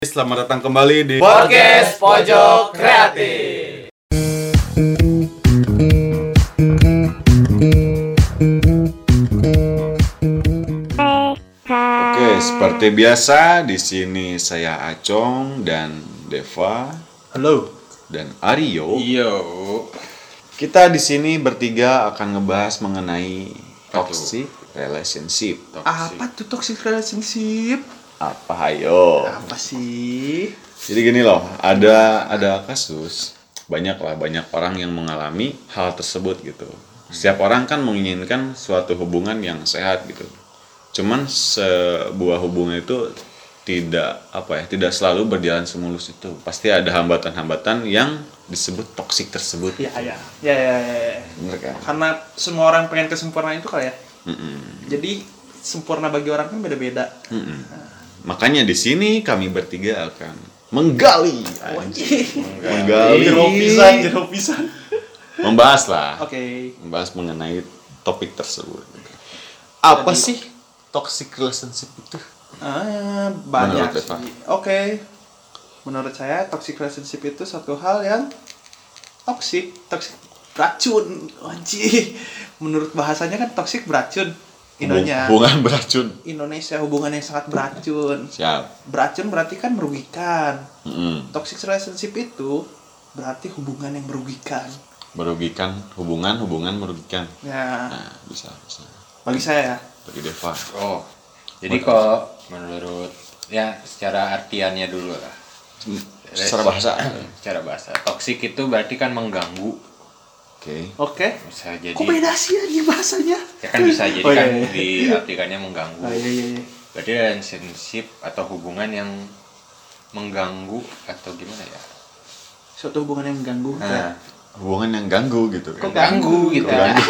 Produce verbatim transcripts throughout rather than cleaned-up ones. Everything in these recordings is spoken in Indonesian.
Selamat datang kembali di Podcast Pojok Kreatif. Oke, seperti biasa di sini saya Acong dan Deva. Halo. Dan Aryo. Yo. Kita di sini bertiga akan ngebahas mengenai toxic relationship. Toxic. Apa tuh toxic relationship? Apa ayo? Apa sih? Jadi gini loh, ada ada kasus banyak lah banyak orang yang mengalami hal tersebut gitu. Setiap orang kan menginginkan suatu hubungan yang sehat gitu. Cuman sebuah hubungan itu tidak apa ya, tidak selalu berjalan semulus itu. Pasti ada hambatan-hambatan yang disebut toksik tersebut. Ya ya. Ya ya ya. Bener kan? Karena semua orang pengen kesempurnaan itu kali ya. Mm-mm. Jadi sempurna bagi orang kan beda-beda. Mm-mm. Makanya di sini kami bertiga akan menggali, menggali, Jero pisan, jero pisan. membahas lah. Oke. Okay. Membahas mengenai topik tersebut. Apa Jadi, sih toxic relationship itu? Ah, banyak Menurut Eva. sih. Oke. Okay. Menurut saya toxic relationship itu satu hal yang toxic, toxic beracun. Anjir. Menurut bahasanya kan toxic beracun. Indonya. Hubungan beracun. Indonesia hubungan yang sangat beracun. Siap. Beracun berarti kan merugikan. Mm-mm. Toxic relationship itu berarti hubungan yang merugikan. Merugikan hubungan, hubungan merugikan. Ya. Nah, bisa, bisa. Bagi saya. Bagi Deva. Oh, jadi kalau menurut ya secara artiannya dulu lah. Secara bahasa. Secara bahasa. Toksik itu berarti kan mengganggu. Oke. Oke. Bisa jadi. Kok beda sih ya bahasanya? Ya kan bisa jadi Oh, iya, kan iya. diartikannya mengganggu. Oh, iya, iya, iya. Berarti relationship atau hubungan yang mengganggu atau gimana ya? Suatu hubungan yang mengganggu. Nah, Hubungan yang ganggu gitu Kok kan. ganggu gitu gitu kan.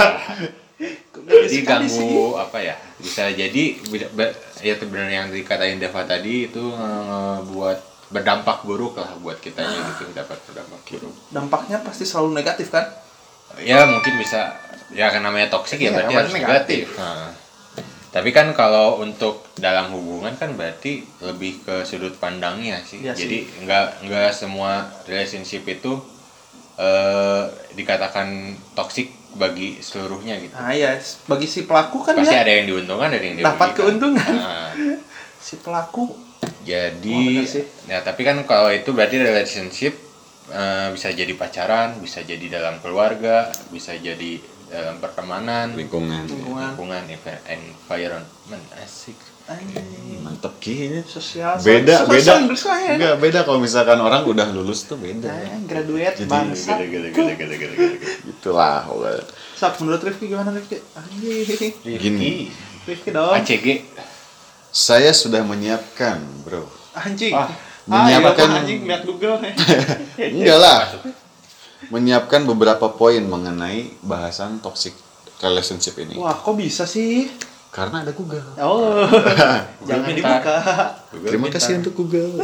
Kok Jadi sekali sih? ganggu apa ya? Bisa jadi be- be- ya itu benar yang dikatain Deva tadi itu eh, buat berdampak buruk lah buat kitanya gitu, dapat berdampak buruk. Dampaknya pasti selalu negatif kan? Ya mungkin bisa, ya kan namanya toksik ya Iya, berarti berarti harus negatif. negatif. Nah, tapi kan kalau untuk dalam hubungan kan berarti lebih ke sudut pandangnya sih. Iya Jadi nggak nggak semua relationship itu eh, dikatakan toksik bagi seluruhnya gitu. Nah ya, bagi si pelaku kan Pasti ya ada yang diuntungkan, ada yang dapat dirugikan. keuntungan. Nah, Si pelaku. jadi, Oh, bener sih. ya tapi kan kalau itu berarti relationship eh, bisa jadi pacaran, bisa jadi dalam keluarga, bisa jadi dalam pertemanan, Lingkungan. Lingkungan. lingkungan, env- environment, asik. Anjing. Mantep gini. Sosial. Beda, sosial beda. Inggris lah ya. Enggak, beda kalau misalkan orang udah lulus tuh beda. Nah, graduate Jadi, bangsa. Gede, gede, gede, gede, gede, gede. Gitulah. pokoknya. Sak, menurut Rifki gimana Rifki? Anjing. Gini. Rifki dong. A C G. Saya sudah menyiapkan, bro. Anjing. Ah, menyiapkan- Ah, iya, anjing lihat Google nih. Enggak lah. Menyiapkan beberapa poin mengenai bahasan toxic relationship ini. Wah, kok bisa sih? Karena ada Google. Oh. Jangan pintar. dibuka. Terima kasih untuk Google.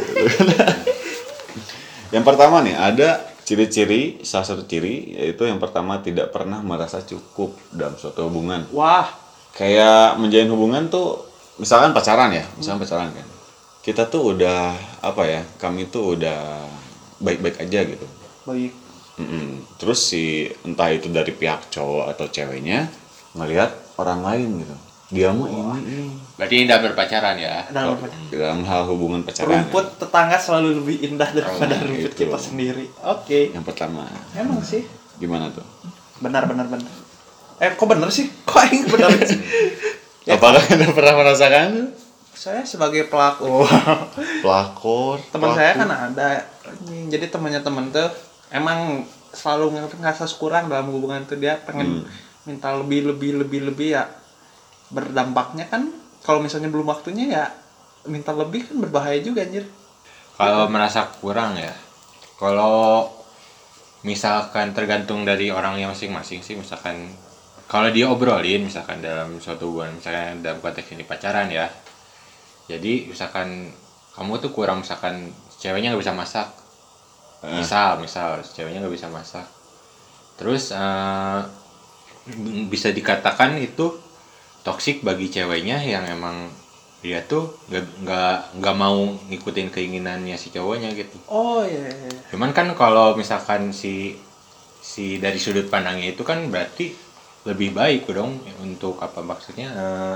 Yang pertama nih, ada ciri-ciri, salah satu ciri yaitu yang pertama tidak pernah merasa cukup dalam suatu hubungan. Wah, Kayak menjalin hubungan tuh, misalkan pacaran ya, misalkan pacaran kan. Kita tuh udah apa ya? Kami tuh udah baik-baik aja gitu. baik. Mm-mm. Terus si entah itu dari pihak cowok atau ceweknya ngelihat orang lain gitu. Dia mau ini ini Berarti ini udah berpacaran ya. Dalam dalam hal hubungan pacaran. rumput tetangga selalu lebih indah daripada Oh, rumput itu. kita sendiri. Oke. Yang pertama, Emang sih. gimana tuh? Benar benar benar. Eh, kok bener sih? Kok aing bener sih? Ya, Apakah Anda pernah merasakan? saya sebagai pelaku, Pelakor. teman pelaku. saya kan ada. Anjing. Jadi temannya temen tuh emang selalu ngerasa ngerasa kurang dalam hubungan tuh, dia pengen Hmm. minta lebih lebih lebih lebih ya. Berdampaknya kan kalau misalnya belum waktunya ya minta lebih kan berbahaya juga anjir. Kalau merasa kurang ya. Kalau misalkan tergantung dari orangnya masing-masing sih, misalkan kalau dia obrolin misalkan dalam suatu hubungan, misalkan dalam konteks ini pacaran ya. Jadi misalkan kamu tuh kurang, misalkan ceweknya nggak bisa masak. Misal, misal ceweknya nggak bisa masak. Terus eh, bisa dikatakan itu toksik bagi ceweknya yang emang dia tuh nggak nggak nggak mau ngikutin keinginannya si cowoknya gitu. Oh iya, iya. Cuman kan kalau misalkan si si dari sudut pandangnya itu kan berarti lebih baik dong untuk apa maksudnya eh,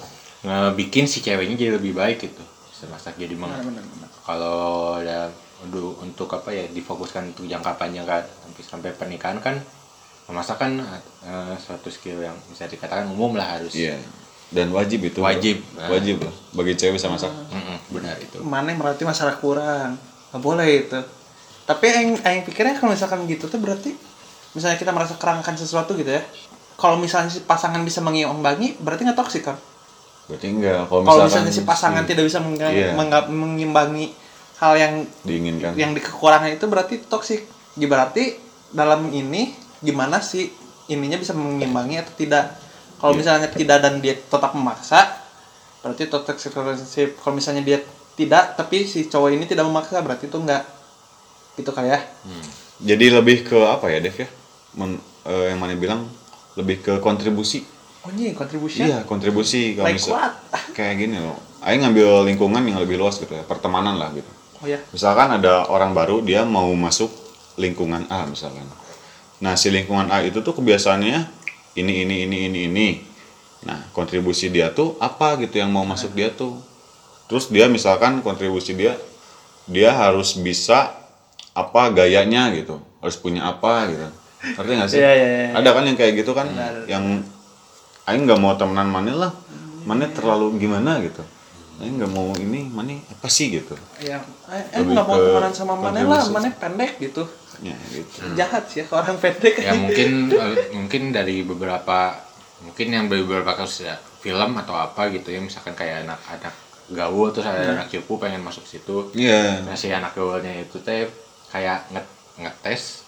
ngebikin si ceweknya jadi lebih baik gitu. Bisa masak jadi meng- Benar, benar, benar. kalau ada untuk untuk apa ya difokuskan untuk jangka panjang kan sampai sampai pernikahan kan memasak kan eh, suatu skill yang bisa dikatakan umum lah harus. Iya. Dan wajib itu. Wajib. Wajib lah. Bagi cewek bisa masak. Mm-mm, benar itu. Mana yang berarti masalah kurang, nggak boleh itu. Tapi yang yang pikirnya kalau misalkan gitu tuh berarti misalnya kita merasa kerangkan sesuatu gitu ya, kalau misalnya si pasangan bisa mengimbangi berarti nggak toksik kan? Berarti enggak. Kalau Kalau misalkan misalnya si pasangan si- tidak bisa mengga- Iya. mengga- mengimbangi hal yang diinginkan. yang di kekurangan itu berarti toksik. Berarti dalam ini gimana sih ininya bisa mengimbangi atau tidak? Kalau Iya. misalnya tidak dan dia tetap memaksa, berarti toxic relationship. Kalau misalnya dia tidak, tapi si cowok ini tidak memaksa, berarti itu enggak. Gitu kali ya. Jadi lebih ke apa ya, Dev ya? Men- eh, yang mana bilang lebih ke kontribusi. Oh iya, contribution. Iya, kontribusi kalau Like misal what? kayak gini loh. Aing ngambil lingkungan yang lebih luas gitu ya, pertemanan lah gitu. Oh ya. Misalkan ada orang baru dia mau masuk lingkungan A misalkan. Nah, si lingkungan A itu tuh kebiasaannya ini ini ini ini ini. Nah, kontribusi dia tuh apa gitu yang mau masuk dia tuh. Terus dia misalkan kontribusi dia dia harus bisa apa gayanya gitu. Harus punya apa gitu. Ngerti nggak sih? Iya, iya, iya. Ada kan yang kayak gitu kan Ada. yang aing nggak mau temenan mana lah. Mana terlalu gimana gitu. Aing nggak mau ini, mana apa sih gitu. Yang eh eh, Lebih nggak mau ke temenan sama mana lah, kontribusi. mana pendek gitu. Ya gitu. Jahat sih ya orang pendek. Ya mungkin eh, mungkin dari beberapa mungkin yang beberapa kasus ya film atau apa gitu ya misalkan kayak anak-anak gaul terus ada anak cupu pengen masuk situ. Iya. Nah si anak gaulnya itu teh kayak nget ngetes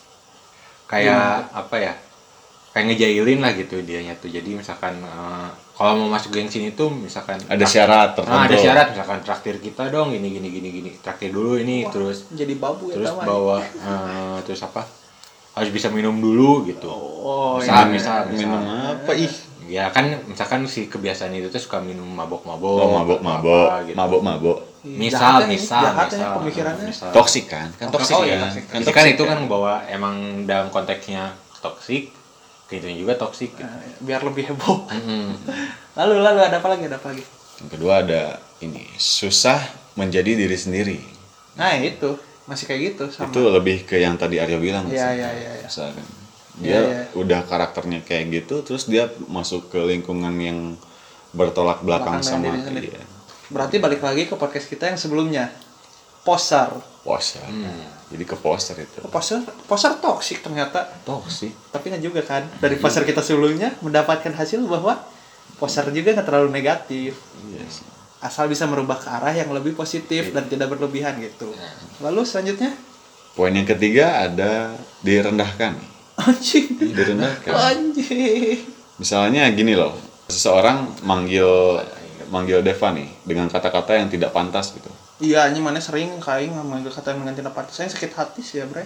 kayak apa ya kayak ngejailin lah gitu dianya tuh. Jadi misalkan eh, kalau mau masuk geng sini tuh misalkan Ada syarat tertentu. Nah, ada syarat misalkan traktir kita dong gini gini gini gini traktir dulu ini Wah, terus jadi babu ya terus taman. bawa eh, terus apa harus bisa minum dulu gitu. Oh, misal, iya. misal, misal. Minum apa ih? Ya kan misalkan si kebiasaan itu tuh suka minum mabok-mabok. Oh, mabok atau mabok, apa gitu. mabok mabok. Misal, Jahat ya ini, misal, jahat ya misal, pemikirannya. misal. Toksik kan? Kan toksik Oh, ya. iya, toksik. Kan Itu toksik kan itu kan bahwa emang dalam konteksnya toksik, gitu juga toksik. Gitu. Nah, biar lebih heboh. Mm-mm. Lalu lalu ada apa lagi? Ada apa lagi? Yang kedua ada ini, susah menjadi diri sendiri. Nah, itu masih kayak gitu sama. Itu lebih ke yang tadi Aryo bilang Iya, sih. iya, iya, iya. Misalkan dia Iya, iya. udah karakternya kayak gitu, terus dia masuk ke lingkungan yang bertolak belakang Belakang sama dengan diri sendiri. dia. Berarti balik lagi ke podcast kita yang sebelumnya. Poser. Poster. Jadi ke poster itu. Oh, poser, poser toksik ternyata. Toksik. Tapi nggak juga kan. Dari poser kita sebelumnya mendapatkan hasil bahwa poser juga nggak terlalu negatif. Iya sih. Asal bisa merubah ke arah yang lebih positif dan tidak berlebihan gitu. Lalu selanjutnya, Poin yang ketiga ada direndahkan. anjing. Direndahkan. Anjing. Misalnya gini loh, seseorang manggil manggil Deva nih dengan kata-kata yang tidak pantas gitu. Iya, anjing mana sering kain ngambil kata yang mengganti apa? Saya sakit hati sih ya, Bre.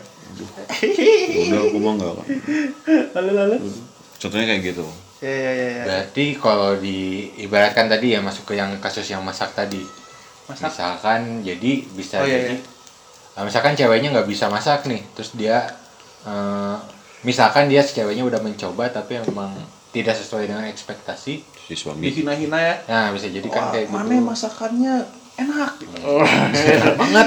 Udah aku mau nggak kan? Lalu lalu. Contohnya kayak gitu. Ya ya ya ya. Berarti kalau diibaratkan tadi ya masuk ke yang kasus yang masak tadi. Masak. Misalkan jadi bisa Oh, iya, jadi iya. Nah, misalkan ceweknya nggak bisa masak nih, terus dia eh, misalkan dia si ceweknya udah mencoba tapi emang tidak sesuai dengan ekspektasi. Si suami. Dihina-hina ya. Nah, bisa jadi kan Wah, kayak gitu. mana masakannya enak. enak banget.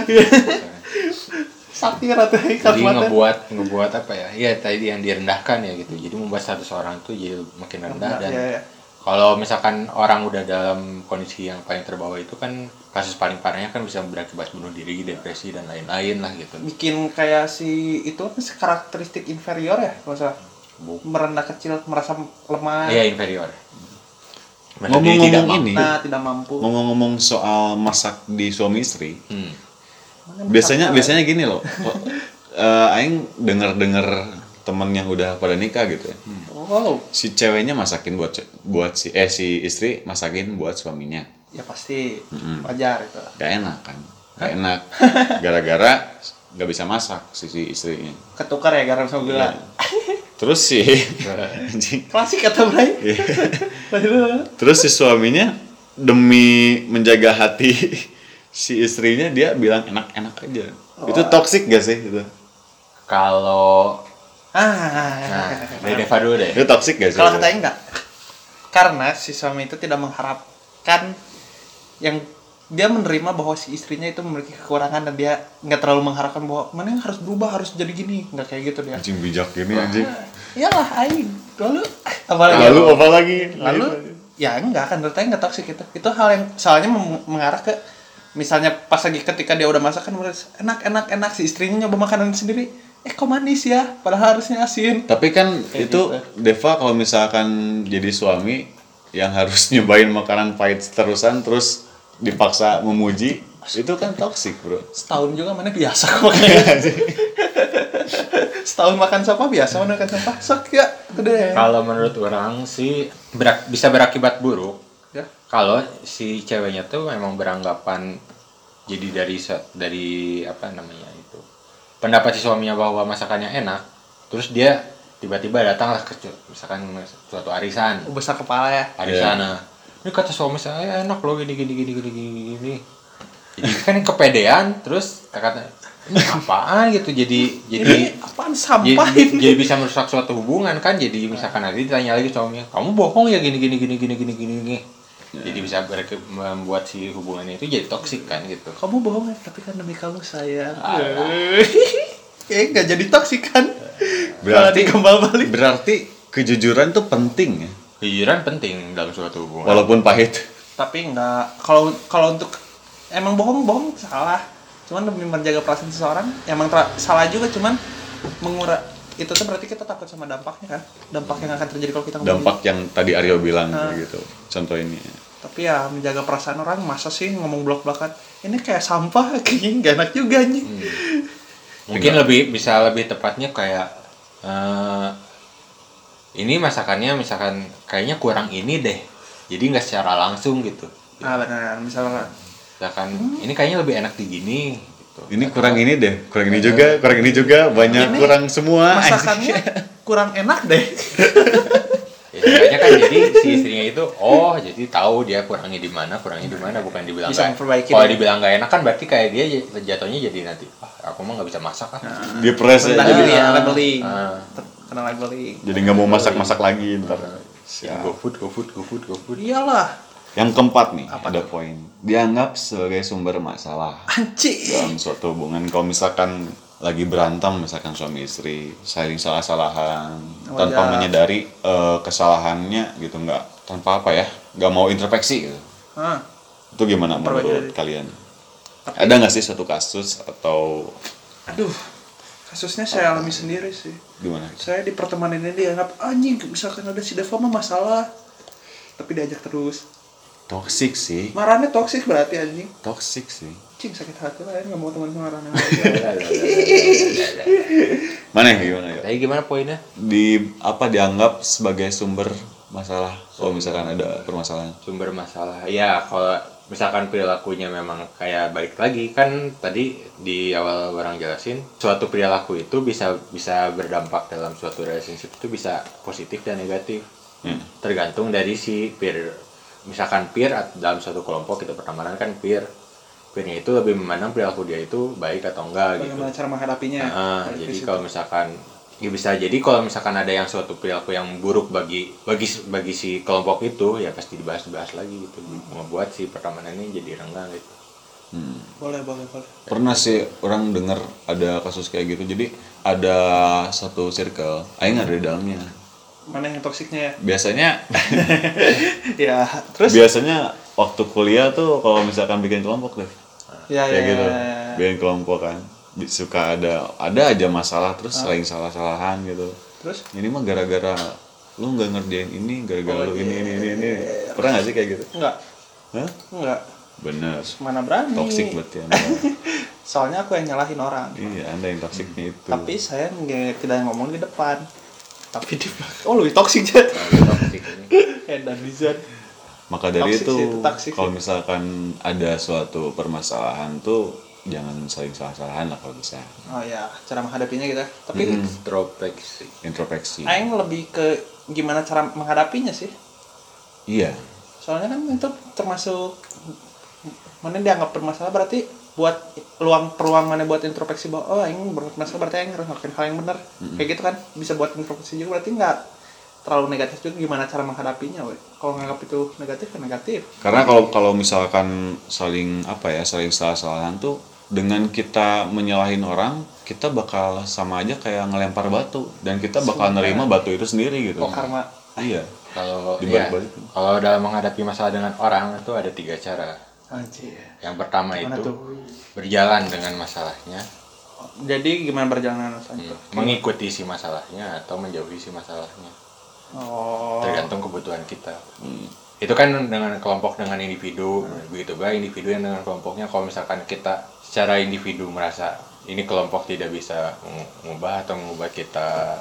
Satir atau Jadi kalimatnya. ngebuat ngebuat apa ya? Iya tadi yang direndahkan ya gitu. Jadi membuat satu seorang tuh jadi makin rendah dan Ya, ya. kalau misalkan orang udah dalam kondisi yang paling terbawa itu kan kasus paling parahnya kan bisa berakibat bunuh diri, depresi dan lain-lain lah gitu. Bikin kayak si itu apa sih, karakteristik inferior ya, kalau nggak salah. Bu- Merendah kecil, merasa lemah. Iya inferior. Merasa Ngomong-ngomong diri tidak mampu. ini, Nah, tidak mampu. ngomong-ngomong soal masak di suami istri, Hmm. Mana biasanya masak- biasanya gini loh. kok, eh, Aing denger-denger temen yang udah pada nikah gitu ya. Wow. Si ceweknya masakin buat ce- buat si eh si istri masakin buat suaminya. Ya pasti Mm-mm. wajar itu. Gak enak kan? Gak enak. Gara-gara gak bisa masak si, si istrinya. Ketukar ya garam sama gula. Iya. Terus si anjing. Klasik kata Bray. Iya. Terus si suaminya demi menjaga hati si istrinya dia bilang enak-enak aja. Oh. Itu toksik gak sih itu? Kalau Ah, nah, dari Deva dulu deh. Itu toksik gak sih? kalau katanya enggak. Karena si suami itu tidak mengharapkan yang dia menerima bahwa si istrinya itu memiliki kekurangan dan dia nggak terlalu mengharapkan bahwa mana yang harus berubah, harus jadi gini, nggak kayak gitu dia. Anjing bijak gini anjing. Iyalah aing. Lalu apalagi Lalu apa lagi? Lalu ya enggak kan berarti enggak toksik itu. Itu hal yang soalnya mem- mengarah ke misalnya pas lagi ketika dia udah masak kan enak enak enak si istrinya nyoba makanan sendiri. Eh kok manis ya, padahal harusnya asin. Tapi kan Kayak itu gitu. Deva kalau misalkan jadi suami yang harus nyobain makanan pahit terusan terus dipaksa memuji, itu kan toksik, Bro. Setahun juga mana biasa kok makanya. Setahun makan sampah biasa mana makan sampah. Sok ya, udah. Kalau menurut orang sih berak- bisa berakibat buruk. Ya. Kalau si ceweknya tuh memang beranggapan jadi dari se- dari apa namanya itu pendapat si suaminya bahwa masakannya enak, terus dia tiba-tiba datanglah ke misalkan suatu arisan, Oh, besar kepala ya. arisan. Yeah. Ini kata suami saya enak loh gini gini gini gini gini gini. Jadi kan kepedean, terus kata ini apaan gitu jadi jadi Ini apaan jadi, sampah jadi, ini? jadi bisa merusak suatu hubungan kan, jadi misalkan nanti ditanya lagi suaminya kamu bohong ya gini gini gini gini gini gini gini jadi bisa ber- membuat si hubungannya itu jadi toksik kan gitu. Kamu bohong ya, tapi kan demi kamu sayang. Alah. Kayak nggak jadi toksik kan? Berarti kembali balik. Berarti kejujuran tuh penting ya. Kejujuran penting dalam suatu hubungan. Walaupun pahit. Tapi nggak, kalau kalau untuk emang bohong bohong salah. Cuman demi menjaga perasaan seseorang, emang tra- salah juga. Cuman mengura itu tuh berarti kita takut sama dampaknya kan? Dampak yang akan terjadi kalau kita ngomongin. Dampak yang tadi Aryo bilang Ah. kayak gitu. Contoh ini. Tapi ya menjaga perasaan orang, masa sih ngomong blok-blokan ini kayak sampah, kayaknya nggak enak juga anjing. Hmm. Mungkin lebih bisa lebih tepatnya kayak eh, ini masakannya misalkan kayaknya kurang ini deh. Jadi nggak secara langsung gitu. Ah benar, misalnya Misalkan ini kayaknya lebih enak di gini gitu. Ini kurang ini deh, kurang ini juga, kurang ini juga, banyak Ini kurang semua. masakannya kurang enak deh. Ya, seenggaknya kan jadi si istrinya itu oh jadi tahu dia kurangnya di mana kurangnya di mana bukan dibilang Bisa nggak- memperbaiki kalau ya. dibilang nggak enak kan berarti kayak dia j- jatuhnya jadi nanti ah aku mah nggak bisa masak ah. Di press Rendah aja. diri ya, labeling. Ah. Kena labeling. Jadi nggak mau masak-masak lagi ntar. Jadi Siap. go food go food go food go food Iyalah, Yang keempat nih, Apa ada tuh? poin. Dianggap sebagai sumber masalah anjing. dalam suatu hubungan. Kalau misalkan lagi berantem, misalkan suami istri, saling salah-salahan, Oh, tanpa ya. menyadari eh, kesalahannya gitu, nggak tanpa apa ya, nggak mau introspeksi gitu. Hah. Itu gimana Perbaiki menurut diri. kalian? Tapi- Ada nggak sih suatu kasus atau Aduh, kasusnya saya alami sendiri sih. gimana? Saya di pertemanan ini dianggap anjing, misalkan ada si Deva mah masalah, tapi diajak terus. Toxic sih, Marahnya toksik berarti anjing. toxic sih. Cing sakit hati lah ya, nggak mau teman sama marahnya. Mana ya, gimana ya? Tadi gimana poinnya Di apa dianggap sebagai sumber masalah kalau misalkan ada permasalahan. sumber masalah ya kalau misalkan perilakunya memang kayak balik lagi kan tadi di awal orang jelasin suatu perilaku itu bisa bisa berdampak dalam suatu relationship itu bisa positif dan negatif. Hmm. Tergantung dari si peer misalkan peer at- dalam suatu kelompok itu pertemanan kan peer peernya itu lebih memandang perilaku dia itu baik atau enggak gitu. Bagaimana cara menghadapinya? Ah, Balik ke jadi situ. kalau misalkan ya bisa jadi kalau misalkan ada yang suatu perilaku yang buruk bagi bagi bagi si kelompok itu ya pasti dibahas-bahas lagi gitu membuat si pertemanan ini jadi renggang gitu. Hmm. boleh boleh boleh. Pernah sih orang dengar ada kasus kayak gitu. Jadi ada satu circle, aing ada di dalamnya. Mana yang toksiknya ya? Biasanya Ya, terus biasanya waktu kuliah tuh kalau misalkan bikin kelompok deh. ya Kayak ya, gitu. ya, ya. Bikin kelompok kan. Bi- Suka ada ada aja masalah terus saling salah-salahan gitu. Terus Ini mah gara-gara lu nggak ngerjain ini, gara-gara Oh, lu ini iya. ini ini ini. Pernah nggak sih kayak gitu? enggak, Hah? enggak. Bener. Mana berani. Toxic berarti Anda. Soalnya aku yang nyalahin orang. Iya, Anda yang toksiknya itu. Tapi saya nggak tidak ngomong di depan. Tapi di belakang. Oh, lebih toksik aja. Toxic ini. Edan Dizan. Maka dari Toxic itu, sih, itu toxic kalau sih. misalkan ada suatu permasalahan tuh jangan saling salah-salahan lah kalau bisa. Oh ya, cara menghadapinya gitu. Tapi Mm. Introspeksi. Introspeksi. aing lebih ke gimana cara menghadapinya sih. Iya. Soalnya kan itu termasuk mana dianggap bermasalah berarti buat peluang peluang mana buat introspeksi bahwa oh ini bermasalah berarti yang harus ngelakuin hal yang benar. Mm-hmm. Kayak gitu kan bisa buat introspeksi juga berarti nggak terlalu negatif juga gimana cara menghadapinya, we. Kalau nganggap itu negatif kan negatif. Karena kalau kalau misalkan saling apa ya, saling salah-salahan tuh dengan kita menyalahin orang, kita bakal sama aja kayak ngelempar batu dan kita bakal Sumpah. nerima batu itu sendiri gitu. Oh karma. Iya. Kalau ya, Dibalik-balikin. kalau dalam menghadapi masalah dengan orang itu ada tiga cara. Anjir. Yang pertama Gimana itu tuh? berjalan dengan masalahnya, Jadi gimana perjalanan masalahnya? hmm. mengikuti si masalahnya atau menjauhi si masalahnya. Oh. Tergantung kebutuhan kita. Hmm. Itu kan dengan kelompok dengan individu, hmm. begitu baik individu yang dengan kelompoknya. Kalau misalkan kita secara individu merasa ini kelompok tidak bisa mengubah atau mengubah kita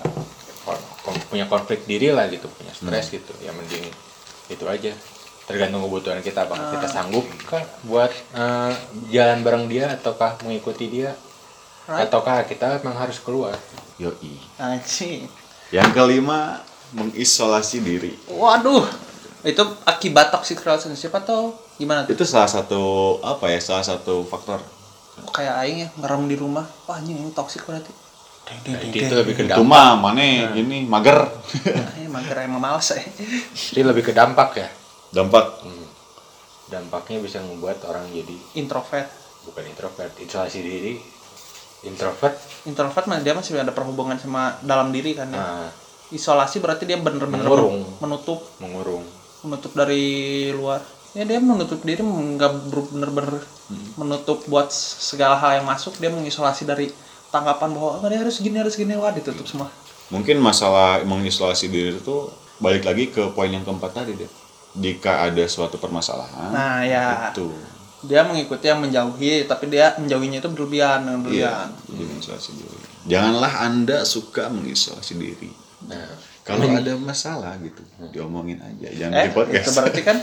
punya konflik diri lah gitu, punya stres hmm. gitu, ya mending itu aja. Tergantung kebutuhan kita, apakah kita sanggup kah buat uh, jalan bareng dia ataukah mengikuti dia, right. ataukah kita memang harus keluar. Yoi. Anjir. Yang kelima, mengisolasi diri. Waduh, itu akibat toxic relationship atau gimana tuh? Itu salah satu apa ya, salah satu faktor. Kayak aing ya ngerem di rumah, wah anjing ini toxic berarti. Jadi itu lebih ke Itu dampak. mah mana nah. ini mager. Eh mager emang males ya. Jadi lebih ke dampak ya. Dampak. Hmm. Dampaknya bisa membuat orang jadi Introvert. Bukan introvert, isolasi diri. Introvert. Introvert mah dia masih ada perhubungan sama dalam diri kan ya. Nah, Isolasi berarti dia bener-bener mengurung. menutup, mengurung. menutup dari luar. Ya dia menutup diri, nggak bener-bener hmm. menutup buat segala hal yang masuk. Dia mengisolasi dari tanggapan bahwa oh, dia harus gini harus gini, wah ditutup semua. Mungkin masalah mengisolasi diri itu balik lagi ke poin yang keempat tadi deh. Jika ada suatu permasalahan, nah ya itu dia mengikuti yang menjauhi, tapi dia menjauhinya itu berlebihan, berlebihan. Iya, jadi mengisolasi diri. Janganlah Anda suka mengisolasi diri. Nah, kalau ada masalah gitu, diomongin aja, jangan eh, di podcast. Itu berarti kan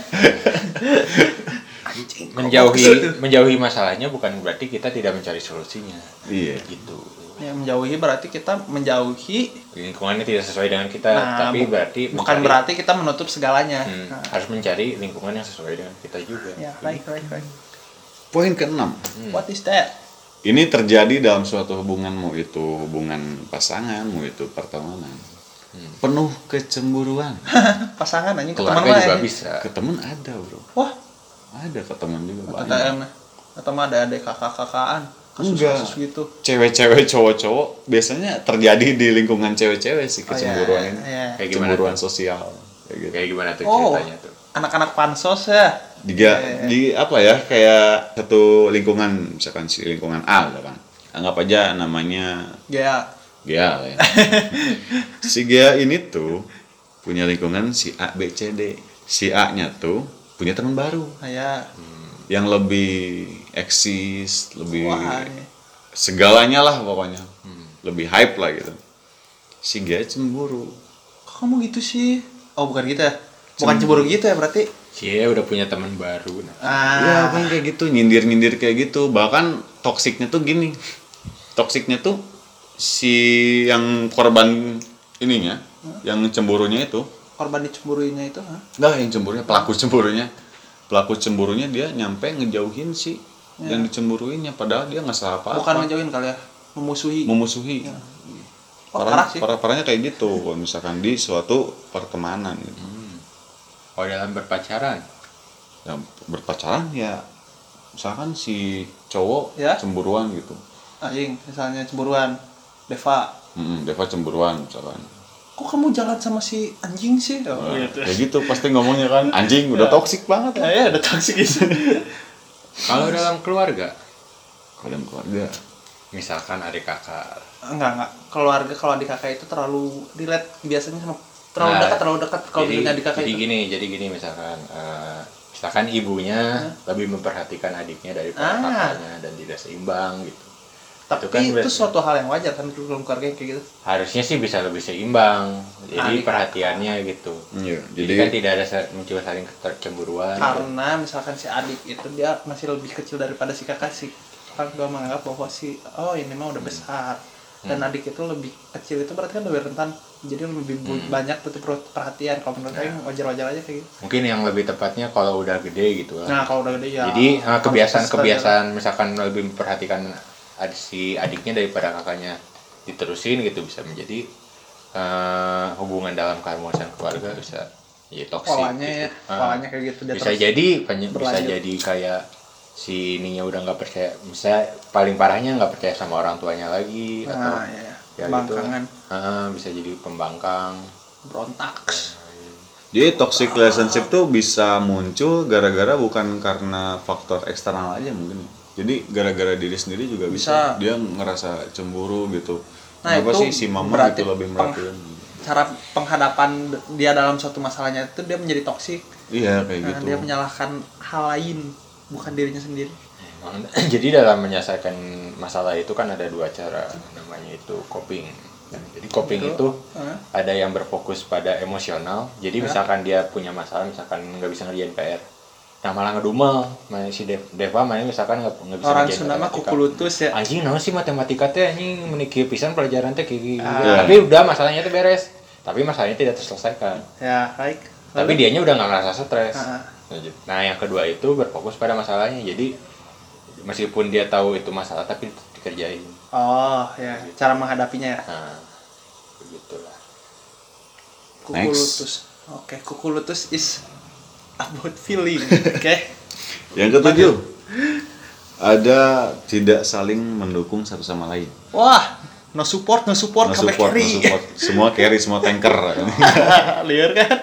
menjauhi menjauhi masalahnya bukan berarti kita tidak mencari solusinya. Iya. Gitu. Ya, menjauhi berarti kita menjauhi lingkungannya tidak sesuai dengan kita, nah, tapi bu- berarti bukan mencari, berarti kita menutup segalanya. hmm, Nah, harus mencari lingkungan yang sesuai dengan kita juga. ya, right, right, right. Poin keenam. Hmm. What is that? Ini terjadi dalam suatu hubungan, mau itu hubungan pasangan, mau itu pertemanan. Hmm. Penuh kecemburuan. Pasangan anjing ke teman Keluarga juga mah. bisa. Ke temen ada, Bro. Wah, Ada ke temen juga T banyak. T M atau mah ada ada kakak-kakaan. Enggak. Kasus-kasus gitu. Cewek-cewek, cowok-cowok biasanya terjadi di lingkungan cewek-cewek sih kecemburuan ini. Oh, iya, iya. Kayak gimana Kecemburuan tuh? sosial kayak gitu. Kayak gimana tuh Oh. ceritanya tuh? Anak-anak pansos ya. Juga Iya. di apa ya, kayak satu lingkungan, misalkan si lingkungan A misalkan. Anggap aja namanya Ya. Gea lah ya. Si Gea ini tuh punya lingkungan si A, B, C, D. Si A-nya tuh punya teman baru Ya. yang lebih eksis, lebih Wah, ini. segalanya lah pokoknya. Hmm. Lebih hype lah gitu. Si Gea cemburu. Kok kamu gitu sih? Oh, bukan gitu ya. Bukan cemburu gitu ya berarti. Cie udah punya teman baru. Nah. Ya Ah. kan kayak gitu, nyindir-nyindir kayak gitu. Bahkan toksiknya tuh gini. Toksiknya tuh si yang korban ininya, hmm? yang cemburunya itu, Korban dicemburuinya itu, ha? enggak yang cemburunya, pelaku cemburunya. Pelaku cemburunya dia nyampe ngejauhin si Ya. yang dicemburuinya, padahal dia nggak salah apa-apa. Bukan ngejauhin kali ya, memusuhi. Memusuhi. Ya. Oh, Parah, parah sih. parah, parahnya kayak gitu kalau misalkan di suatu pertemanan gitu. Hmm. Oh, dalam berpacaran. Ya, berpacaran ya misalkan si cowok Ya. cemburuan gitu. Anjing, misalnya cemburuan. Deva, Mm-mm, Deva cemburuan misalkan. kok kamu jalan sama si anjing sih? Oh, Nah, kayak gitu pasti ngomongnya kan, anjing udah toksik banget Ya, lah. ya udah toksik gitu. Kalau dalam keluarga, Kalau dalam keluarga misalkan adik kakak. Enggak, enggak. Keluarga kalau adik kakak itu terlalu relate biasanya sama terlalu Nah, dekat, terlalu dekat kalau jadi, dengan adik kakak jadi itu. gini, jadi gini misalkan, uh, misalkan ibunya lebih memperhatikan adiknya daripada Ah. kakaknya dan tidak seimbang gitu. Tapi kan itu, berarti- suatu hal yang wajar kan dalam keluarga yang kayak gitu. Harusnya sih bisa lebih seimbang. Jadi Adik. perhatiannya gitu. Iya, Jadi, jadi kan tidak ada sa- muncul saling kecemburuan. Karena misalkan si adik itu dia masih lebih kecil daripada si kakak sih. Orang tua menganggap bahwa si oh ini mah udah besar. dan adik itu lebih kecil, itu berarti kan lebih rentan, jadi lebih bu- Hmm. banyak butuh per- perhatian. Kalau menurut saya wajar-wajar aja kayak gitu. Mungkin yang lebih tepatnya kalau udah gede gitu lah. Nah kalau udah gede ya Jadi eh, harus kebiasaan-kebiasaan misalkan lebih memperhatikan adik, si adiknya daripada kakaknya diterusin gitu bisa menjadi eh, hubungan dalam keharmonisan keluarga bisa ya toksik polanya gitu. ya, Ah, polanya kayak gitu dia bisa terus jadi banyak bisa berlanjut. jadi kayak si ininya udah nggak percaya, misalnya paling parahnya nggak percaya sama orang tuanya lagi atau nah ya, ya gitu. bangkangan, Ah, bisa jadi pembangkang. berontak. Jadi toxic relationship tuh bisa muncul gara-gara bukan karena faktor eksternal aja mungkin. Jadi gara-gara diri sendiri juga bisa. Bisa. Dia ngerasa cemburu gitu. Nah, Kenapa itu sih si mama berarti itu lebih peng- merhatiin? Cara penghadapan dia dalam suatu masalahnya itu dia menjadi toksik. Iya kayak Nah, gitu. dia menyalahkan hal lain, bukan dirinya sendiri. Jadi dalam menyelesaikan masalah itu kan ada dua cara, namanya itu coping. Nah, jadi coping Itu, itu eh. ada yang berfokus pada emosional. Jadi Ya. misalkan dia punya masalah, misalkan nggak bisa ngerjain P R, nah malah ngedumel. Main si Dev- Deva main misalkan nggak nggak bisa Orang ngerjain Sunda mah matematika. kuku lutus ya. Anjing naon sih matematika teh anjing menikir pisan pelajaran teh kayak gini. Ah. Tapi udah masalahnya tuh beres. Tapi masalahnya tidak terselesaikan. Ya, baik. Tapi dianya udah nggak ngerasa stres. Ah. Nah yang kedua itu berfokus pada masalahnya. Jadi meskipun dia tahu itu masalah tapi tetap dikerjain. Oh, ya, cara menghadapinya ya. Nah begitulah. Kuku Next. lutus. Oke, kuku lutus is about feeling. Oke. Yang ketujuh, ada tidak saling mendukung satu sama lain. Wah, no support, no support, No comeback support, no carry. support. Semua carry, semua tanker. Liar kan?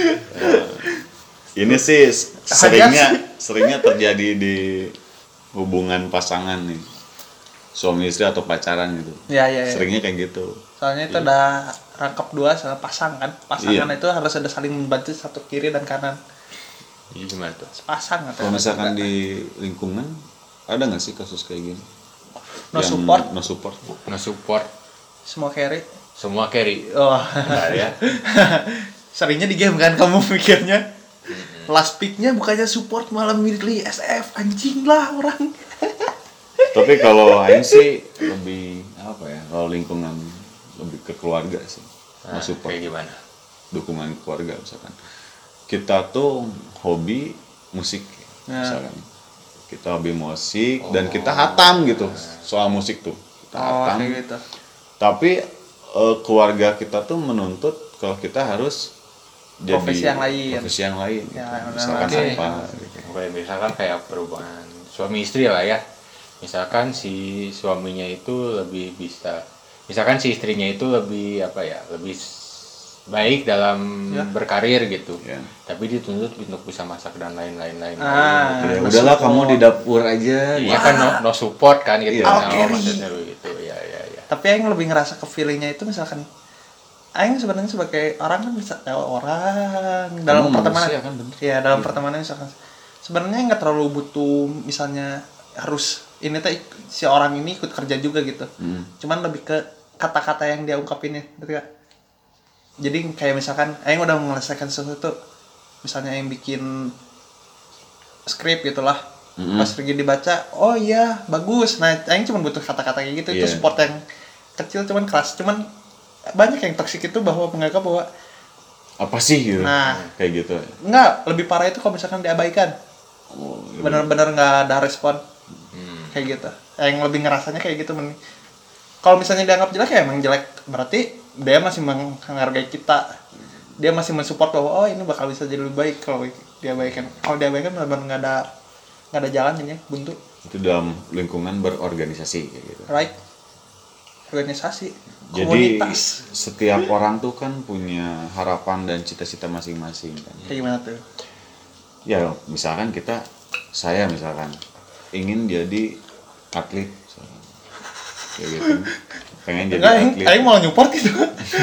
Ini sih seringnya seringnya terjadi di hubungan pasangan nih, suami istri atau pacaran gitu. Ya, ya, ya. Seringnya kayak gitu. Soalnya itu ada rangkap dua sama pasang kan. Pasangan Iya. itu harus ada saling membantu satu kiri dan kanan. Ini gimana tuh? Pasang atau Kalau misalkan di lingkungan ada nggak sih kasus kayak gini? no Yang support, No support. No support, semua carry. semua carry. Oh. Benar ya. Seringnya di game kan kamu mikirnya. Last pick-nya bukannya support malah milih S F, anjing lah orang. Tapi kalau Aing sih lebih apa ya? Kalau lingkungan lebih ke keluarga sih. No Nah, support. kayak gimana? Dukungan keluarga misalkan. Kita tuh hobi musik Nah. misalkan. Kita hobi musik dan kita hatam gitu soal musik tuh. Kita Oh, hatam. kayak gitu. Tapi eh, keluarga kita tuh menuntut kalau kita harus jadi Profesi yang lain. profesi yang lain Ya, gitu. benar. Misalkan Oke. apa gitu. Oke, misalkan kayak perubahan suami istri lah ya. Misalkan si suaminya itu lebih bisa, misalkan si istrinya itu lebih apa ya, lebih s- baik dalam Ya. berkarir gitu. Ya. Tapi dituntut untuk bisa masak dan lain-lain lain. Ah. Ya no udahlah support. kamu di dapur aja Iya gitu. kan no, no support kan gitu. Iya. Nah, Oh, carry. maksudnya begitu. Ya ya ya. Tapi Aing lebih ngerasa ke feelingnya itu misalkan Aing sebenarnya sebagai orang kan bisa eh, orang dalam Kamu pertemanan. manusia kan, bener. Iya, dalam pertemanan misalkan sebenarnya nggak terlalu butuh misalnya harus ini teh si orang ini ikut kerja juga gitu. Hmm. Cuman lebih ke kata-kata yang dia ungkapinnya, ngerti gak? Jadi kayak misalkan Aing udah menyelesaikan sesuatu, misalnya Aing bikin skrip gitulah, Mm-mm. pas pergi dibaca, oh iya bagus. Nah, Aing cuma butuh kata-kata kayak gitu, itu Iya. support yang kecil cuman keras, cuman banyak yang toksik itu bahwa menganggap bahwa Apa sih gitu. Nah. Kayak gitu. enggak, lebih parah itu kalau misalkan diabaikan, Oh, iya. benar-benar nggak ada respon Hmm. kayak gitu. Yang lebih ngerasanya kayak gitu men. Kalau misalnya dianggap jelek ya emang jelek, berarti dia masih menghargai kita, dia masih mensupport bahwa oh ini bakal bisa jadi lebih baik kalau diabaikan. Kalau diabaikan benar-benar nggak ada nggak ada jalan ini buntu, Itu dalam lingkungan berorganisasi kayak gitu. right? Organisasi, Jadi komunitas, setiap orang tuh kan punya harapan dan cita-cita masing-masing kan. kayak gimana tuh? Ya misalkan kita, saya misalkan ingin jadi atlet, misalkan. Kayak gitu. Pengen jadi Enggak, Aing, atlet. Aing mau nyupport gitu.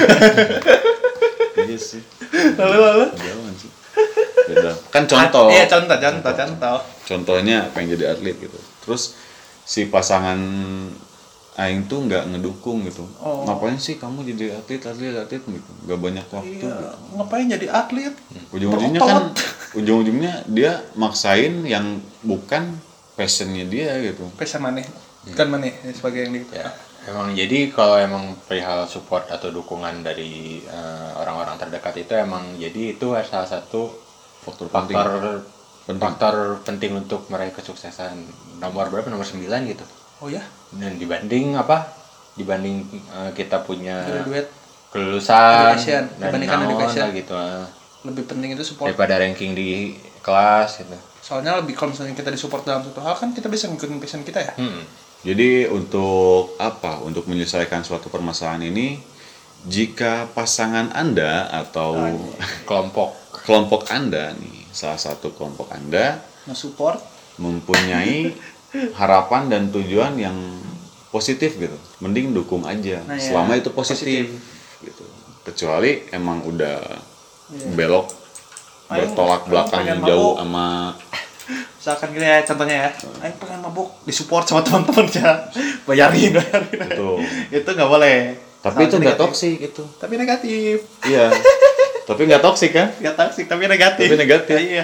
Iya sih. Lalu lalu. Jauhan sih. Beda. Kan contoh. Iya contoh, contoh, contoh. Contohnya pengen jadi atlet gitu. Terus si pasangan Aing tuh nggak ngedukung gitu. Oh. Ngapain sih kamu jadi atlet, atlet, atlet gitu. Gak banyak waktu Iya, gitu. ngapain jadi atlet? Ujung-ujungnya kan, ujung-ujungnya dia maksain yang bukan passionnya dia gitu. Pesan mana? Kan mana sebagai yang gitu. Ya, emang jadi kalau emang perihal support atau dukungan dari eh, orang-orang terdekat itu emang jadi itu salah satu Faktor faktor penting. Penting. faktor penting untuk meraih kesuksesan. Nomor berapa? Nomor sembilan gitu. Oh ya, Dan dibanding apa? Dibanding eh, kita punya graduate kelulusan Education, dan dibandingkan naon education. lah gitu eh. lebih penting itu support. daripada ranking di kelas gitu. Soalnya lebih kalau misalnya kita disupport dalam satu hal kan kita bisa ngikutin passion kita ya. Hmm. Jadi untuk apa? Untuk menyelesaikan suatu permasalahan ini, jika pasangan Anda atau Kelompok kelompok Anda nih, salah satu kelompok Anda Nge-support. mempunyai harapan dan tujuan yang positif gitu, mending dukung aja Nah, ya. selama itu positif, gitu. Kecuali emang udah Iya. belok Ayo, bertolak ayo belakang pengen jauh mabuk. sama Misalkan gini ya contohnya ya, ayo pengen mabuk, disupport sama teman-temannya, bayarin, bayarin. itu. Itu nggak boleh. Tapi itu Soalnya nggak negatif. toksik itu. Tapi negatif. Iya. Tapi nggak toksik kan? Nggak toksik, tapi negatif. Tapi negatif. Iya.